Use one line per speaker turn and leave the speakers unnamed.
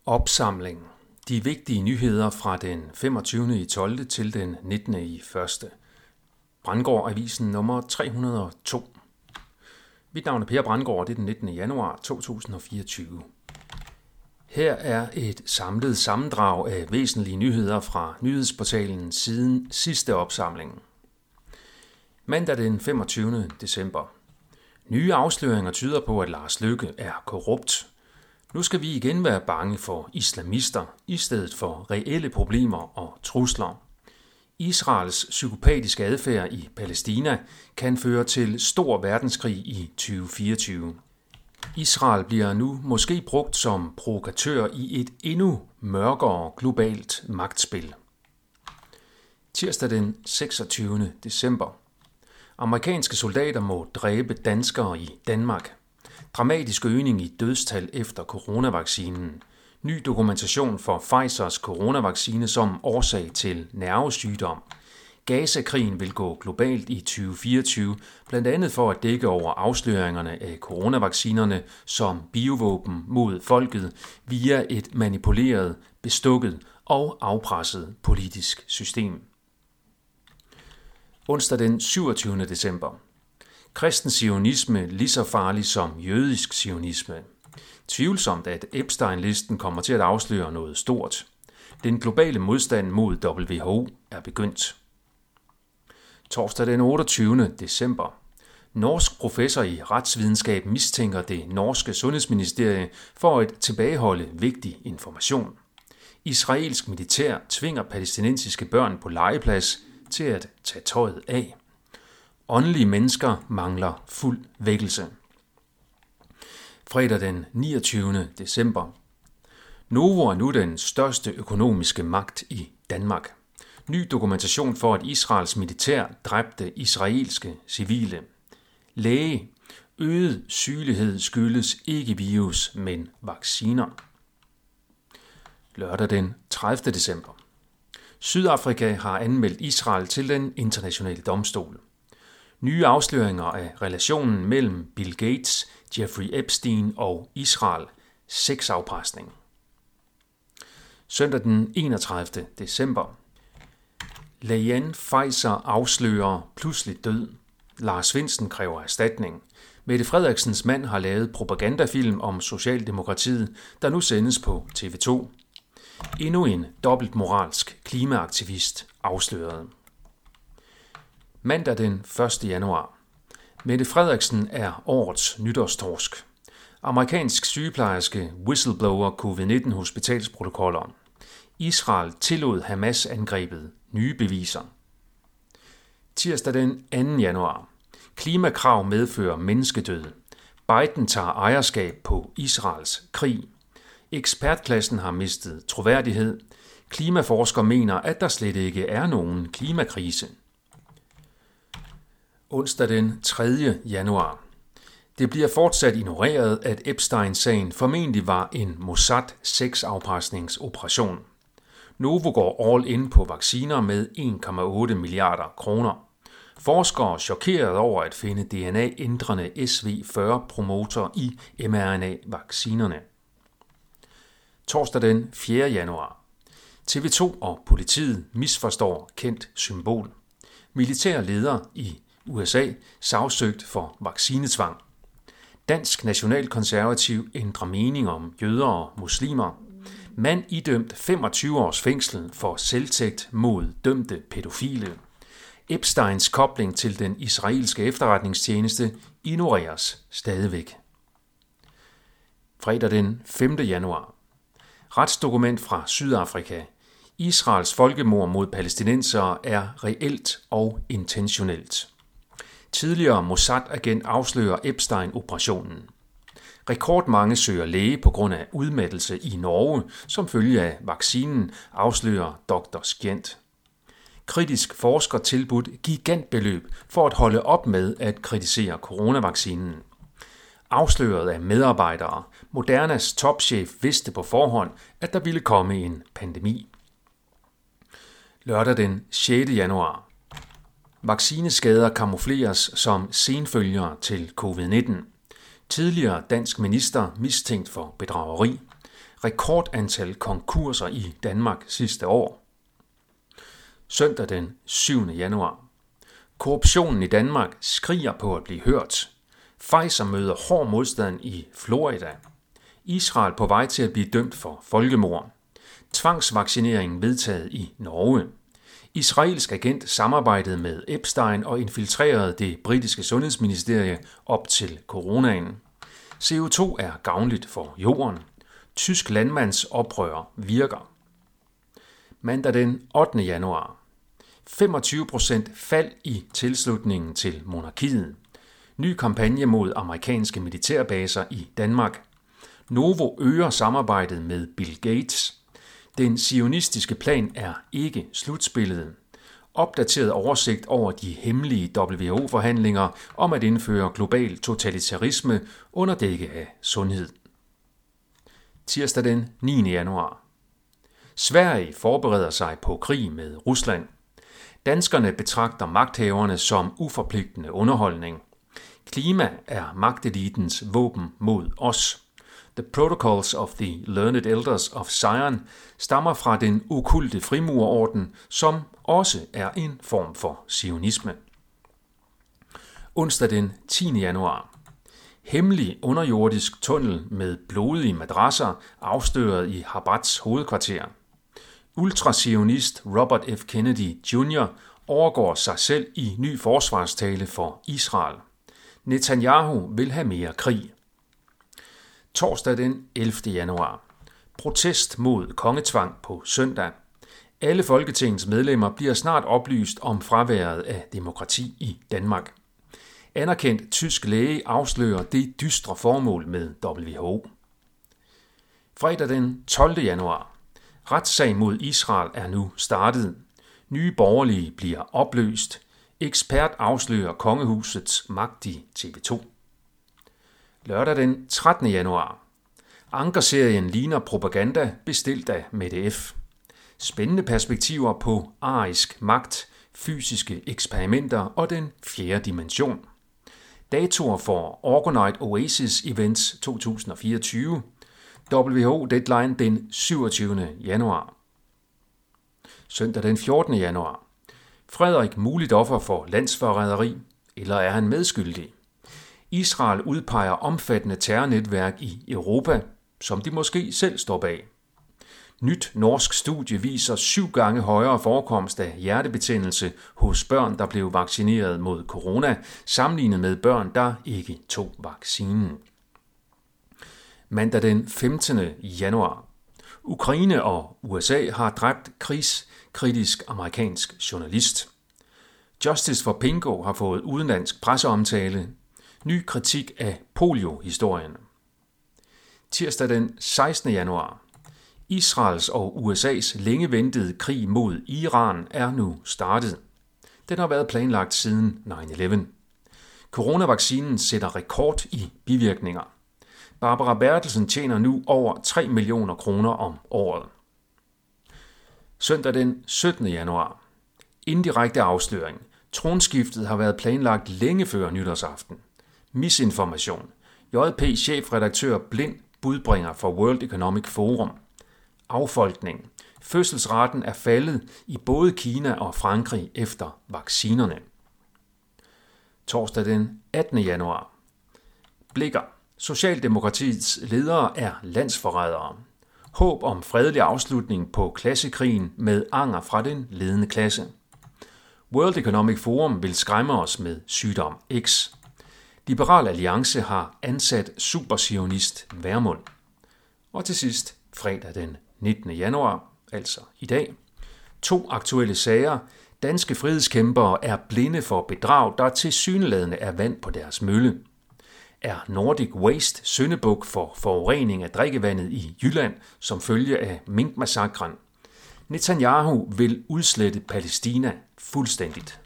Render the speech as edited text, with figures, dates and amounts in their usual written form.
Opsamling. De vigtige nyheder fra den 25.12. til den 19.1. Brandgård Avisen nummer 302. Mit navn er Per Brandgård, det er den 19. januar 2024. Her er et samlet sammendrag af væsentlige nyheder fra nyhedsportalen siden sidste opsamling. Mandag den 25. december. Nye afsløringer tyder på, at Lars Løkke er korrupt. Nu skal vi igen være bange for islamister i stedet for reelle problemer og trusler. Israels psykopatiske adfærd i Palæstina kan føre til stor verdenskrig i 2024. Israel bliver nu måske brugt som provokatør i et endnu mørkere globalt magtspil. Tirsdag den 26. december. Amerikanske soldater må dræbe danskere i Danmark. Dramatisk øgning i dødstal efter coronavaccinen. Ny dokumentation for Pfizers coronavaccine som årsag til nervesygdom. Gaza-krigen vil gå globalt i 2024, blandt andet for at dække over afsløringerne af coronavaccinerne som biovåben mod folket via et manipuleret, bestukket og afpresset politisk system. Onsdag den 27. december. Kristen zionisme lige så farlig som jødisk zionisme. Tvivlsomt, at Epstein-listen kommer til at afsløre noget stort. Den globale modstand mod WHO er begyndt. Torsdag den 28. december. Norsk professor i retsvidenskab mistænker det norske sundhedsministerie for at tilbageholde vigtig information. Israelsk militær tvinger palæstinensiske børn på legeplads til at tage tøjet af. Åndelige mennesker mangler fuld vækkelse. Fredag den 29. december. Novo er nu den største økonomiske magt i Danmark. Ny dokumentation for, at Israels militær dræbte israelske civile. Læge. Øget sygelighed skyldes ikke virus, men vacciner. Lørdag den 30. december. Sydafrika har anmeldt Israel til den internationale domstol. Nye afsløringer af relationen mellem Bill Gates, Jeffrey Epstein og Israel. Sexafpresning. Søndag den 31. december. Lægen Pfizer afslører pludselig død. Lars Findsen kræver erstatning. Mette Frederiksens mand har lavet propagandafilm om Socialdemokratiet, der nu sendes på TV2. Endnu en dobbeltmoralsk klimaaktivist afsløret. Mandag den 1. januar. Mette Frederiksen er årets nytårstorsk. Amerikansk sygeplejerske whistleblower COVID-19 hospitalsprotokoller. Israel tillod Hamas-angrebet. Nye beviser. Tirsdag den 2. januar. Klimakrav medfører menneskedød. Biden tager ejerskab på Israels krig. Ekspertklassen har mistet troværdighed. Klimaforskere mener, at der slet ikke er nogen klimakrise. Onsdag den 3. januar. Det bliver fortsat ignoreret, at Epstein-sagen formentlig var en Mossad-sexafpresningsoperation. Novo går all in på vacciner med 1,8 milliarder kroner. Forskere chokeret over at finde DNA-ændrende SV40-promotor i mRNA-vaccinerne. Torsdag den 4. januar. TV2 og politiet misforstår kendt symbol. Militær leder i USA sagsøgt for vaccinetvang. Dansk nationalkonservativ ændrer mening om jøder og muslimer. Mand idømt 25 års fængsel for selvtægt mod dømte pædofile. Epsteins kobling til den israelske efterretningstjeneste ignoreres stadigvæk. Fredag den 5. januar. Retsdokument fra Sydafrika. Israels folkemord mod palæstinensere er reelt og intentionelt. Tidligere Mossad-agent afslører Epstein-operationen. Rekordmange søger læge på grund af udmattelse i Norge, som følge af vaccinen, afslører Dr. Skjent. Kritisk forsker tilbudt gigantbeløb for at holde op med at kritisere coronavaccinen. Afsløret af medarbejdere. Modernas topchef vidste på forhånd, at der ville komme en pandemi. Lørdag den 6. januar. Vaccineskader kamufleres som senfølger til covid-19. Tidligere dansk minister mistænkt for bedrageri. rekordantal konkurser i Danmark sidste år. Søndag den 7. januar. Korruptionen i Danmark skriger på at blive hørt. Pfizer møder hård modstand i Florida. Israel på vej til at blive dømt for folkemord. Tvangsvaccinering vedtaget i Norge. Israelsk agent samarbejdede med Epstein og infiltrerede det britiske sundhedsministerie op til coronaen. CO2 er gavnligt for jorden. Tysk landmandsoprør virker. Mandag den 8. januar. 25% fald i tilslutningen til monarkiet. Ny kampagne mod amerikanske militærbaser i Danmark. Novo øger samarbejdet med Bill Gates. Den zionistiske plan er ikke slutspillet. Opdateret oversigt over de hemmelige WHO-forhandlinger om at indføre global totalitarisme under dække af sundhed. Tirsdag den 9. januar. Sverige forbereder sig på krig med Rusland. Danskerne betragter magthaverne som uforpligtende underholdning. Klima er magtelitens våben mod os. The Protocols of the Learned Elders of Zion stammer fra den okkulte frimurerorden, som også er en form for zionisme. Onsdag den 10. januar. Hemmelig underjordisk tunnel med blodige madrasser afsløret i Habats hovedkvarter. Ultrazionist Robert F. Kennedy Jr. overgår sig selv i ny forsvarstale for Israel. Netanyahu vil have mere krig. Torsdag den 11. januar. Protest mod kongetvang på søndag. Alle Folketingets medlemmer bliver snart oplyst om fraværet af demokrati i Danmark. Anerkendt tysk læge afslører det dystre formål med WHO. Fredag den 12. januar. Retssag mod Israel er nu startet. Nye borgerlige bliver opløst. Ekspert afslører kongehusets magt i TV2. Lørdag den 13. januar. Ankerserien ligner propaganda bestilt af Mette F. Spændende perspektiver på arisk magt, fysiske eksperimenter og den fjerde dimension. Datoer for Orgonite Oasis Events 2024. WHO deadline den 27. januar. Søndag den 14. januar. Frederik muligt offer for landsforræderi, eller er han medskyldig? Israel udpeger omfattende terrornetværk i Europa, som de måske selv står bag. Nyt norsk studie viser 7 gange højere forekomst af hjertebetændelse hos børn, der blev vaccineret mod corona, sammenlignet med børn, der ikke tog vaccinen. Mandag den 15. januar. Ukraine og USA har dræbt krigskritisk amerikansk journalist. Justice for Pingo har fået udenlandsk presseomtale. Ny kritik af polio-historien. Tirsdag den 16. januar. Israels og USA's længe ventede krig mod Iran er nu startet. Den har været planlagt siden 9/11. Coronavaccinen sætter rekord i bivirkninger. Barbara Bertelsen tjener nu over 3 millioner kroner om året. Søndag den 17. januar. Indirekte afsløring. Tronskiftet har været planlagt længe før nytårsaften. Misinformation. JP chefredaktør blind budbringer for World Economic Forum. Affolkning. Fødselsraten er faldet i både Kina og Frankrig efter vaccinerne. Torsdag den 18. januar. Blikker. Socialdemokratiets ledere er landsforrædere. Håb om fredelig afslutning på klassekrigen med anger fra den ledende klasse. World Economic Forum vil skræmme os med sygdom X. Liberal Alliance har ansat supersionist Værmund. Og til sidst fredag den 19. januar, altså i dag. 2 aktuelle sager. Danske frihedskæmpere er blinde for bedrag, der tilsyneladende er vand på deres mølle. Er Nordic Waste syndebuk for forurening af drikkevandet i Jylland som følge af minkmassakren? Netanyahu vil udslette Palæstina fuldstændigt.